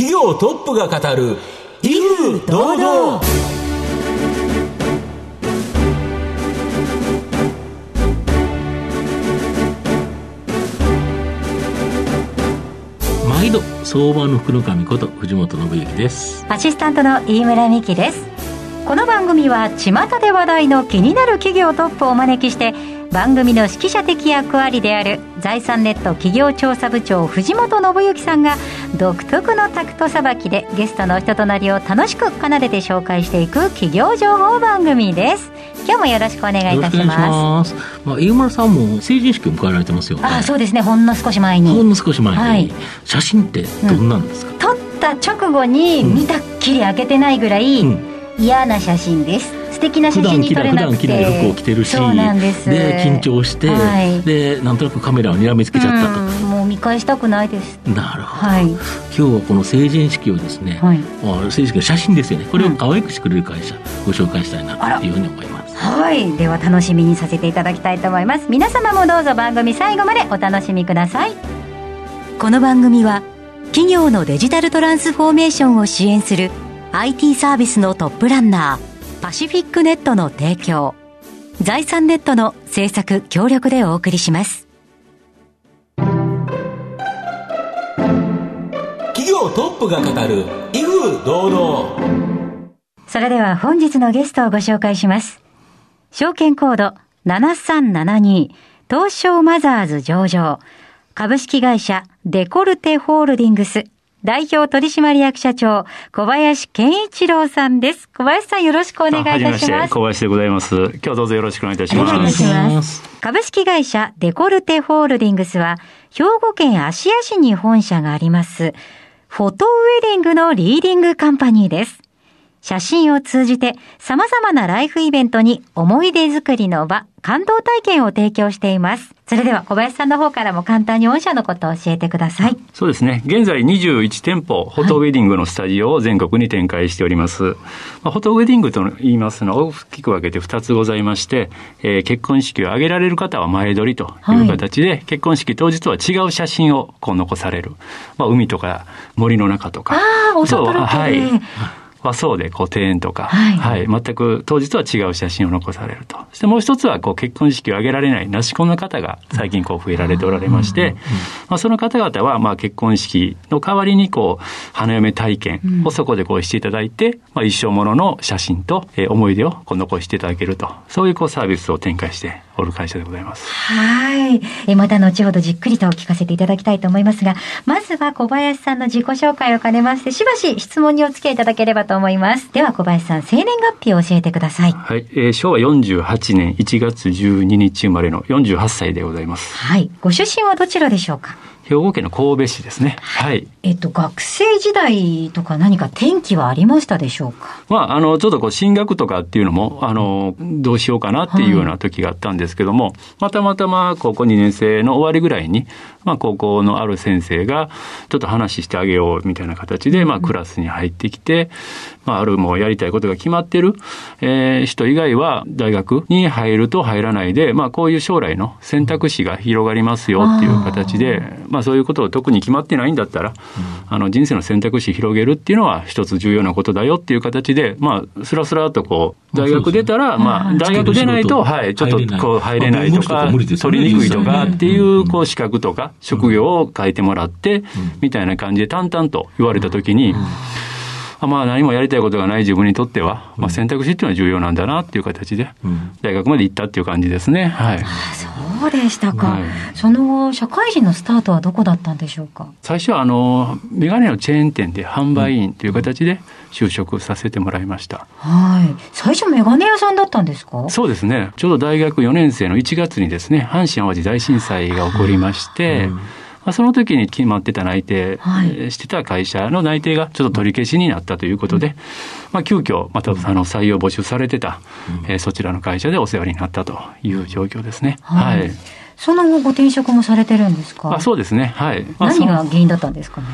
企業トップが語る威風堂々。 毎度相場の福の神こと藤本信之です。 アシスタントの飯村美希です。この番組は巷で話題の気になる企業トップをお招きして、番組の指揮者的役割である財産ネット企業調査部長藤本信之さんが独特のタクトさばきでゲストの人となりを楽しく奏でて紹介していく企業情報番組です。今日もよろしくお願いいたします。 飯村さんも成人式を迎えられてますよね。 そうですね、ほんの少し前に、はい、 写真ってどんなんですか？ 撮った直後に見たっきり開けてないぐらい、嫌な写真です。素敵な写真に撮れなくて、 普段着ない服を着てるし、 そうなんです。 で緊張して、でなんとなくカメラを睨みつけちゃったと、 もう見返したくないです。 なるほど、今日はこの成人式をですね、成人式の写真ですよね、これを可愛くしてくれる会社、ご紹介したいなというふうに思います。 では楽しみにさせていただきたいと思います。皆様もどうぞ番組最後までお楽しみください。この番組は企業のデジタルトランスフォーメーションを支援する IT サービスのトップランナーパシフィックネットの提供、財産ネットの制作協力でお送りします。 企業トップが語る威風堂々。 それでは本日のゲストをご紹介します。証券コード7372東証マザーズ上場株式会社デコルテホールディングス代表取締役社長小林健一郎さんです。小林さん、よろしくお願いいたします。 はじめまして、小林でございます。今日はどうぞよろしくお願いいたします。 お願いします。株式会社デコルテホールディングスは兵庫県芦屋市に本社がありますフォトウェディングのリーディングカンパニーです。写真を通じて様々なライフイベントに思い出作りの場、感動体験を提供しています。それでは小林さんの方からも簡単に御社のことを教えてください。 そうですね。現在21店舗、フォトウェディングのスタジオを全国に展開しております。フォトウェディングと言いますのは大きく分けて2つございまして、結婚式を挙げられる方は前撮りという形で、結婚式当日は違う写真を残される。海とか森の中とか。 お外ロケで。 和装で庭園とか、全く当日は違う写真を残されると。そしてもう一つは結婚式を挙げられないなし婚の方が最近増えられておられまして、その方々は結婚式の代わりに花嫁体験をそこでしていただいて、一生ものの写真と思い出を残していただけると、そういうサービスを展開しておる会社でございます。 また後ほどじっくりと聞かせていただきたいと思いますが、まずは小林さんの自己紹介を兼ねまして、しばし質問にお付き合いいただければと思います。では小林さん、生年月日を教えてください。 昭和48年1月12日生まれの48歳でございます。 ご出身はどちらでしょうか？ 兵庫県の神戸市ですね。 学生時代とか何か転機はありましたでしょうか？ ちょっと進学とかっていうのも、どうしようかなっていうような時があったんですけども、たまたま高校2年生の終わりぐらいに、高校のある先生がちょっと話してあげようみたいな形で、クラスに入ってきて、あるもうやりたいことが決まってる、人以外は大学に入ると入らないで、こういう将来の選択肢が広がりますよっていう形で、そういうことを特に決まってないんだったら、人生の選択肢広げるっていうのは一つ重要なことだよっていう形で、スラスラと大学出たら、大学出ないと、ちょっと入れないとか、取りにくいとかっていう、資格とか職業を変えてもらって、みたいな感じで淡々と言われたときに、何もやりたいことがない自分にとっては、選択肢っていうのは重要なんだなっていう形で、大学まで行ったっていう感じですね。 そうでしたか。その後、社会人のスタートはどこだったんでしょうか？ 最初はメガネのチェーン店で販売員という形で就職させてもらいました。 最初メガネ屋さんだったんですか？ そうですね。ちょうど大学4年生の1月にですね、阪神淡路大震災が起こりまして、その時に決まってた内定、してた会社の内定がちょっと取り消しになったということで、急遽また採用募集されてた、そちらの会社でお世話になったという状況ですね。 その後ご転職もされてるんですか？ そうですね。 何が原因だったんですかね？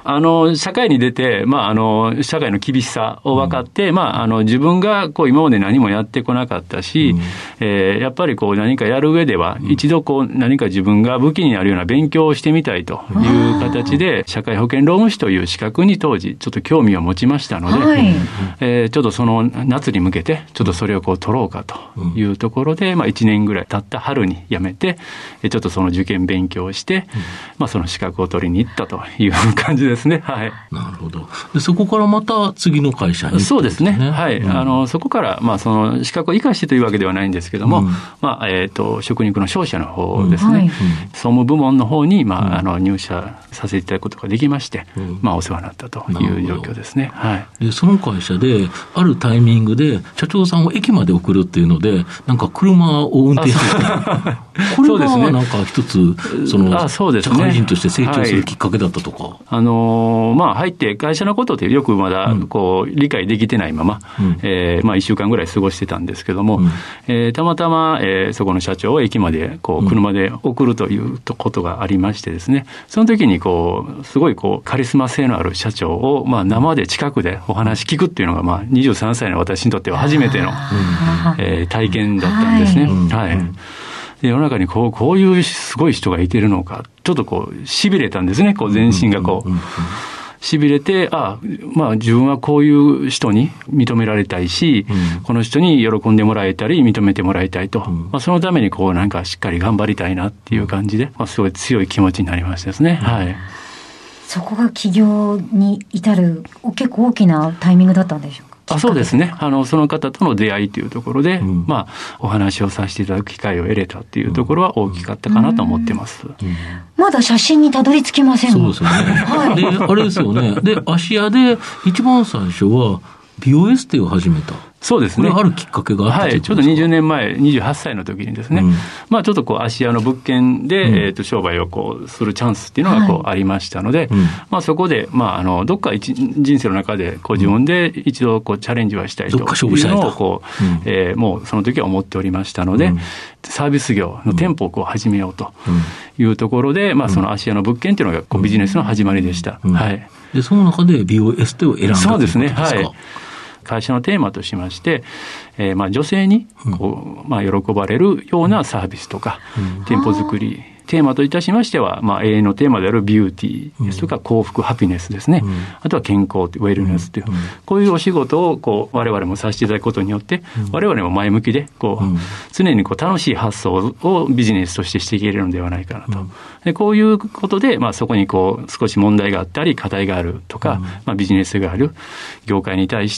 社会に出て、社会の厳しさを分かって、自分が今まで何もやってこなかったし、やっぱり何かやる上では、一度何か自分が武器になるような勉強をしてみたいという形で、社会保険労務士という資格に当時ちょっと興味を持ちましたので、ちょっとその夏に向けてちょっとそれを取ろうかというところで、1年ぐらい経った春に辞めて、ちょっとその受験勉強をして、その資格を取りに行ったという感じですね。はい。 なるほど。でそこからまた次の会社に、 そうですね。はい。そこから、その資格を生かしてというわけではないんですけども、食肉の商社の方ですね。総務部門の方に、入社させていただくことができまして、お世話になったという状況ですね。はい。 でその会社で、あるタイミングで、社長さんを駅まで送るっていうので、なんか車を運転してた。これがなんか一つ、社会人として成長するきっかけだったとか。 入って会社のことってよくまだ理解できてないまま、1週間ぐらい過ごしてたんですけども、たまたま、そこの社長を駅まで車で送るということがありましてですね、その時にすごいカリスマ性のある社長を生で近くでお話聞くっていうのが23歳の私にとっては初めての体験だったんですね。はい。世の中にこういうすごい人がいてるのか、ちょっと痺れたんですね。全身が痺れて、自分はこういう人に認められたいし、この人に喜んでもらえたり認めてもらいたいと、そのためになんかしっかり頑張りたいなっていう感じで、すごい強い気持ちになりましたですね。はい。 そこが起業に至る結構大きなタイミングだったんでしょうか？ そうですね。その方との出会いというところで、お話をさせていただく機会を得れたっていうところは大きかったかなと思ってます。 まだ写真にたどり着きませんもん。 そうですよね。はい、で、あれですよね。で、芦屋で一番最初は美容エステを始めた。 そうですね。 これあるきっかけがあった。 はい。ちょうど20年前、28歳の時にですね、ちょっと芦屋の物件で、商売をするチャンスっていうのがありましたので、そこで、どっか人生の中で自分で一度チャレンジはしたいというのをもうその時は思っておりましたので、サービス業の店舗を始めようというところで、その芦屋の物件っていうのがビジネスの始まりでした。はい。 で、その中で美容エステを選んだということですか？ そうですね。はい。会社のテーマとしまして、女性に喜ばれるようなサービスとか、店舗作り、テーマといたしましては、永遠のテーマであるビューティーですとか、幸福、ハピネスですね。あとは健康、ウェルネスという、こういうお仕事を我々もさせていただくことによって、我々も前向きで、常に楽しい発想をビジネスとしてしていけるのではないかなと。でこういうことで、そこに少し問題があったり、課題があるとか、ビジネスがある業界に対して、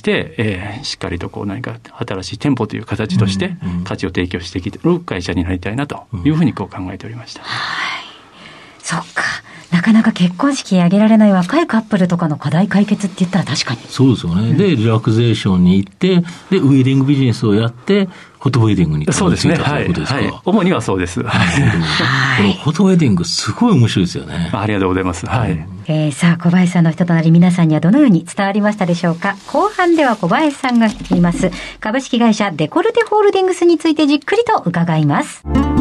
しっかりと何か新しい店舗という形として価値を提供してきている会社になりたいなというふうに考えておりました。 はい。そっか。なかなか結婚式挙げられない若いカップルとかの課題解決って言ったら確かに。 そうですよね。で、リラクゼーションに行って、で、ウェディングビジネスをやって、フォトウェディングにそうですね。はい。主にはそうです。このフォトウェディングすごい面白いですよね。 ありがとうございます。はい。 さあ、小林さんの人となり皆さんにはどのように伝わりましたでしょうか。後半では小林さんが率います株式会社デコルテホールディングスについてじっくりと伺います。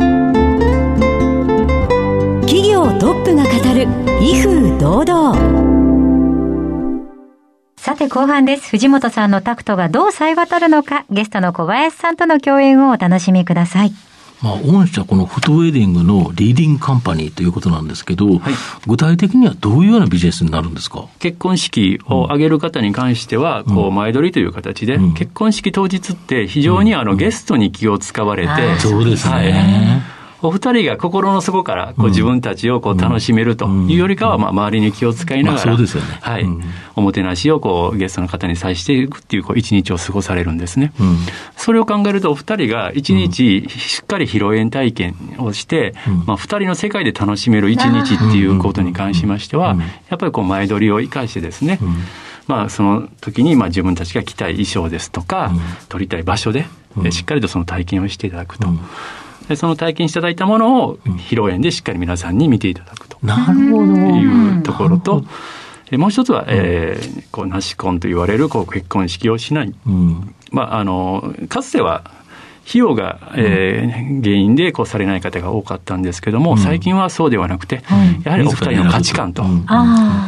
企業トップが語る威風堂々。 さて後半です。藤本さんのタクトがどう冴え渡るのか、ゲストの小林さんとの共演をお楽しみください。 御社このフォトウェディングのリーディングカンパニーということなんですけど、具体的にはどういうようなビジネスになるんですか？ 結婚式を挙げる方に関しては、前撮りという形で、結婚式当日って非常にゲストに気を使われて、 そうですね。 お二人が心の底から自分たちを楽しめるというよりかは、周りに気を使いながら、おもてなしをゲストの方に際していくっていう一日を過ごされるんですね。それを考えると、お二人が一日しっかり披露宴体験をして、二人の世界で楽しめる一日っていうことに関しましては、やっぱり前撮りを生かしてですね、その時に自分たちが着たい衣装ですとか、撮りたい場所でしっかりとその体験をしていただくと。でその体験していただいたものを披露宴でしっかり皆さんに見ていただくというところと、もう一つは、なし婚と言われる結婚式をしない。かつては費用が、原因でされない方が多かったんですけども、最近はそうではなくて、やはりお二人の価値観と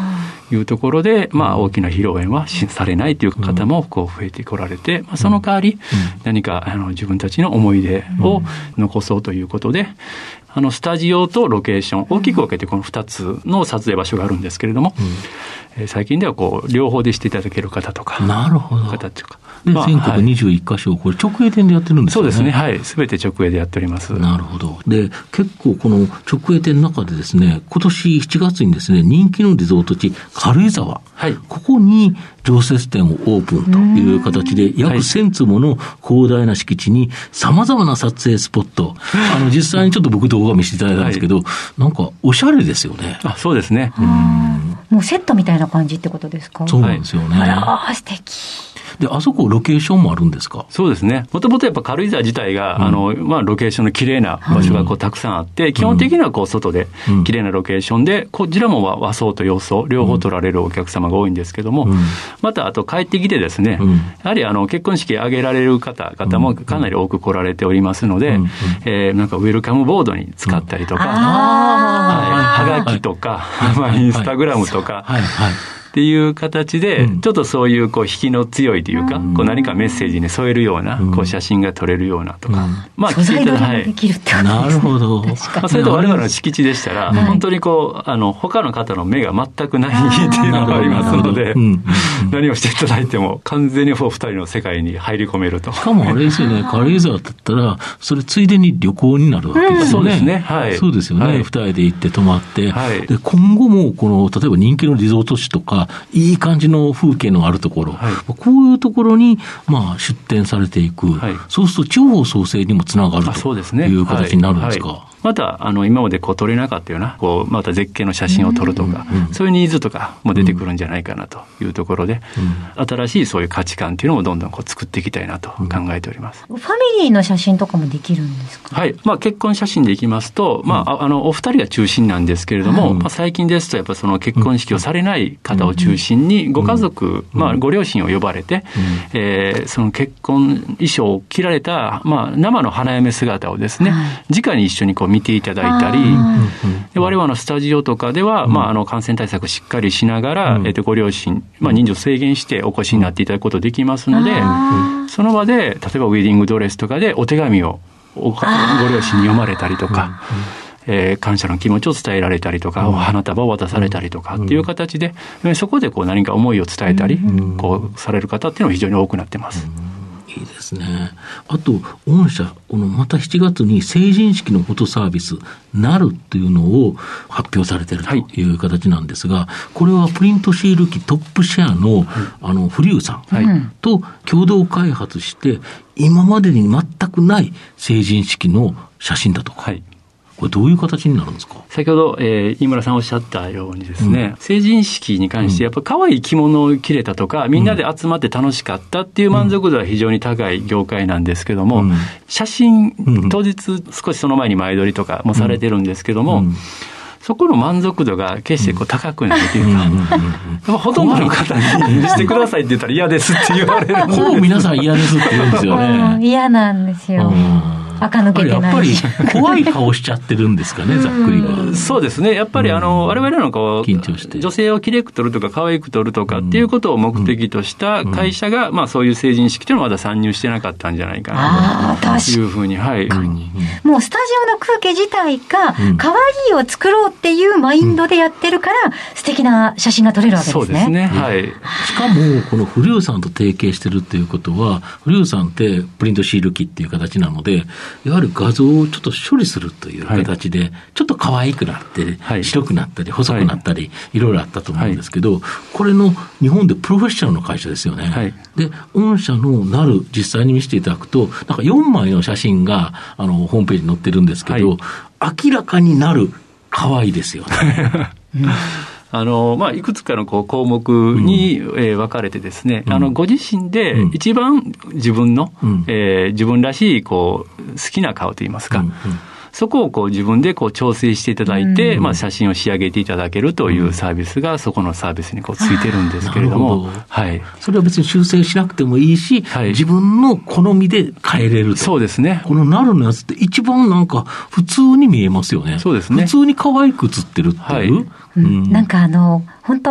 いうところで、大きな披露宴はされないという方も増えてこられて、その代わり何か自分たちの思い出を残そうということで、スタジオとロケーション大きく分けてこの2つの撮影場所があるんですけれども、最近では両方でしていただける方とか、 なるほど、 方とかで、全国21カ所、これ直営店でやってるんですよね。 そうですね、はい、すべて直営でやっております。 なるほど。で、結構この直営店の中でですね、今年7月にですね、人気のリゾート地軽井沢、ここに常設店をオープンという形で、約1000坪の広大な敷地に様々な撮影スポット、実際にちょっと僕動画見せていただいたんですけど、なんかおしゃれですよね。 そうですね。 もうセットみたいな感じってことですか？ そうなんですよね。 あら、素敵。 で、あそこロケーションもあるんですか？ そうですね。もともとやっぱ軽井沢自体が、ロケーションの綺麗な場所がたくさんあって、基本的には外で綺麗なロケーションで、こちらも和装と洋装、両方取られるお客様が多いんですけども、またあと帰ってきてですね、やはり結婚式挙げられる方々もかなり多く来られておりますので、なんかウェルカムボードに使ったりとか、はがきとか、インスタグラムとか、っていう形で、ちょっとそういう引きの強いというか、何かメッセージに添えるような写真が撮れるようなとか、 素材撮りもできるってことですね。 なるほど。 それと我々の敷地でしたら、本当に他の方の目が全くないっていうのがありますので、何をしていただいても完全に2人の世界に入り込めると。 しかもあれですよね、軽井沢だったらそれついでに旅行になるわけですよね。 そうですね。はい。 そうですよね。2人で行って泊まって、で今後も例えば人気のリゾート地とかいい感じの風景のあるところ、こういうところに出店されていく、そうすると地方創生にもつながるという形になるんですか？ また今まで撮れなかったようなまた絶景の写真を撮るとか、そういうニーズとかも出てくるんじゃないかなというところで、新しいそういう価値観っていうのもどんどん作っていきたいなと考えております。 ファミリーの写真とかもできるんですか？ はい。結婚写真でいきますと、お二人が中心なんですけれども、最近ですとやっぱその結婚式をされない方を中心にご家族、ご両親を呼ばれて、その結婚衣装を着られた、生の花嫁姿をですね、直に一緒に見ていただいたり、で我々のスタジオとかでは、感染対策しっかりしながら、ご両親、人数制限してお越しになっていただくことできますので、その場で、例えばウェディングドレスとかでお手紙をご両親に読まれたりとか、感謝の気持ちを伝えられたりとか、花束を渡されたりとかっていう形で、そこで何か思いを伝えたり、される方っていうのは非常に多くなってます。 いいですね。あと御社また7月に成人式のフォトサービスなるっていうのを発表されているという形なんですが、これはプリントシール機トップシェアのフリューさんと共同開発して、今までに全くない成人式の写真だとか、これどういう形になるんですか？ 先ほど、飯村さんおっしゃったようにですね、成人式に関してやっぱ可愛い着物を着れたとか、みんなで集まって楽しかったっていう満足度は非常に高い業界なんですけども、写真、当日少しその前に前撮りとかもされてるんですけども、そこの満足度が決して高くないというか、ほとんどの方にしてくださいって言ったら嫌ですって言われる。 ほぼ皆さん嫌ですって言うんですよね。 嫌なんですよ。垢抜けてない。 やっぱり怖い顔しちゃってるんですかね、ざっくりは。 そうですね。やっぱり我々の緊張して女性をきれく撮るとか可愛く撮るとかっていうことを目的とした会社が、そういう成人式というのはまだ参入してなかったんじゃないかなというふうに。 もうスタジオの空気自体が可愛いを作ろうっていうマインドでやってるから、素敵な写真が撮れるわけですね。 そうですね。はい。 しかもこのフリューさんと提携してるっていうことは、フリューさんってプリントシール機っていう形なので、やはり画像をちょっと処理するという形で、ちょっと可愛くなって、白くなったり細くなったり、いろいろあったと思うんですけど、これの日本でプロフェッショナルの会社ですよね。で、御社のなる実際に見せていただくと、なんか4枚の写真がホームページに載ってるんですけど、明らかになる可愛いですよね。 いくつかの項目に分かれてですね、ご自身で一番自分の、自分らしい好きな顔といいますか、そこを自分で調整していただいて、写真を仕上げていただけるというサービスがそこのサービスについてるんですけれども、 それは別に修正しなくてもいいし、自分の好みで変えれると。 そうですね。 このなるのやつって一番なんか普通に見えますよね。 そうですね。 普通に可愛く写ってるっていう。 なんか本当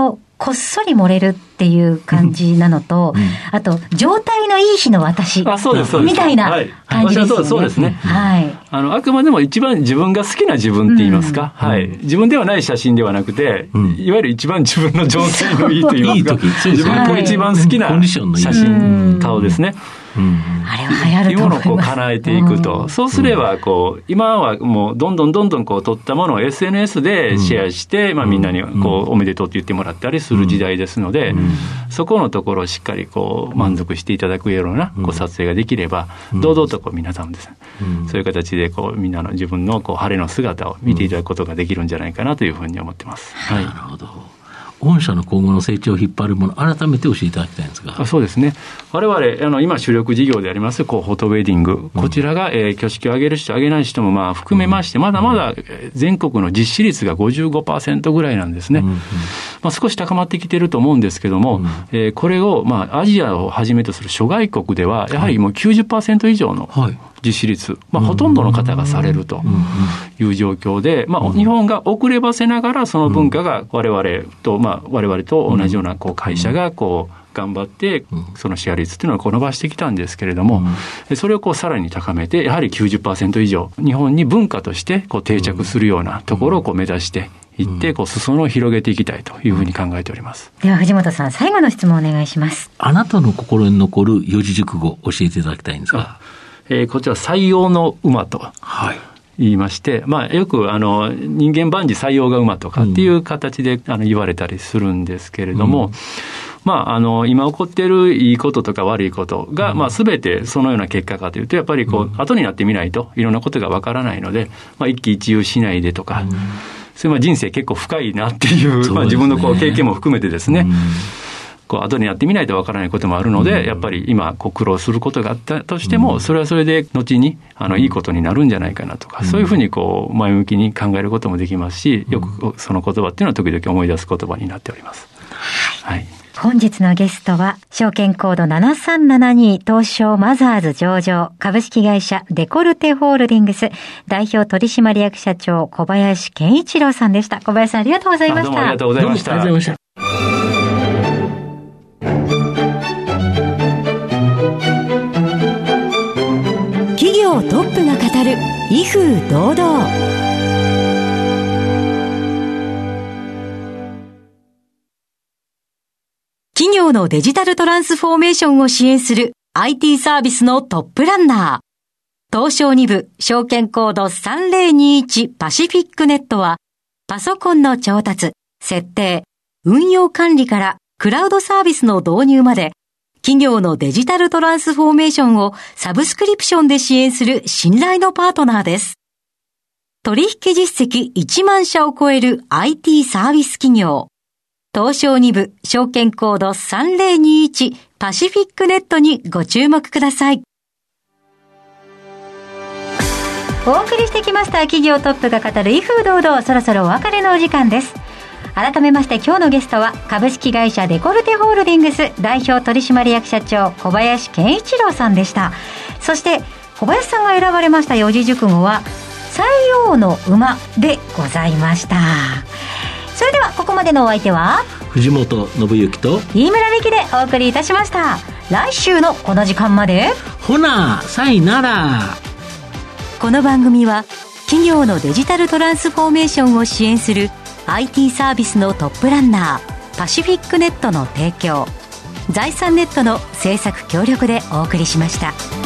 こっそり漏れるっていう感じなのと、あと状態のいい日の私みたいな感じですよね。 そうですね。はい。あくまでも一番自分が好きな自分って言いますか、はい。自分ではない写真ではなくて、いわゆる一番自分の状態のいいと言いますか、自分が一番好きな写真、顔ですね。 あれは流行ると思います。 いうものを叶えていくと、そうすれば今はもうどんどん撮ったものを SNS でシェアして、みんなにおめでとうって言ってもらったりする時代ですので、そこのところをしっかり満足していただくような撮影ができれば、堂々と皆さんですね、そういう形でみんなの自分の晴れの姿を見ていただくことができるんじゃないかなというふうに思ってます。 なるほど。御社の今後の成長を引っ張るもの、改めて教えていただきたいんですが。 そうですね。我々今主力事業でありますフォトウェディング、こちらが挙式を挙げる人挙げない人も含めまして、まだまだ全国の実施率が 55% ぐらいなんですね。少し高まってきていると思うんですけども、これをアジアをはじめとする諸外国ではやはりもう 90% 以上の実施率、ほとんどの方がされるという状況で、日本が遅ればせながらその文化が我々と同じような会社が頑張ってそのシェア率というのを伸ばしてきたんですけれども、それをさらに高めてやはり 90% 以上日本に文化として定着するようなところを目指していって裾野を広げていきたいというふうに考えております。 では藤本さん、最後の質問をお願いします。 あなたの心に残る四字熟語を教えていただきたいんですが、 こちら採用の馬と言いまして、よく人間万事採用が馬とかっていう形で言われたりするんですけれども、今起こっているいいこととか悪いことが、全てそのような結果かというと、やっぱり後になってみないといろんなことがわからないので、一喜一憂しないでとか、それ人生結構深いなっていう、自分の経験も含めてですね、後にやってみないとわからないこともあるので、やっぱり今苦労することがあったとしても、それはそれで後にいいことになるんじゃないかなとか、そういうふうに前向きに考えることもできますし、よくその言葉っていうのは時々思い出す言葉になっております。はい。 本日のゲストは証券コード7372東証マザーズ上場株式会社デコルテホールディングス代表取締役社長小林健一郎さんでした。小林さん、ありがとうございました。 どうもありがとうございました。 企業トップが語る威風堂々。企業のデジタルトランスフォーメーションを支援する IT サービスのトップランナー。東証2部証券コード3021パシフィックネットは、パソコンの調達、設定、運用管理からクラウドサービスの導入まで、企業のデジタルトランスフォーメーションをサブスクリプションで支援する信頼のパートナーです。取引実績1万社を超える IT サービス企業。東証2部証券コード3021パシフィックネットにご注目ください。 お送りしてきました企業トップが語る威風堂々、そろそろお別れのお時間です。改めまして今日のゲストは株式会社デコルテホールディングス代表取締役社長小林健一郎さんでした。そして小林さんが選ばれました四字熟語は採用の馬でございました。それではここまでのお相手は藤本信之と飯村美希でお送りいたしました。来週のこの時間までほなさいなら。 この番組は企業のデジタルトランスフォーメーションを支援する IT サービスのトップランナーパシフィックネットの提供、財産ネットの制作協力でお送りしました。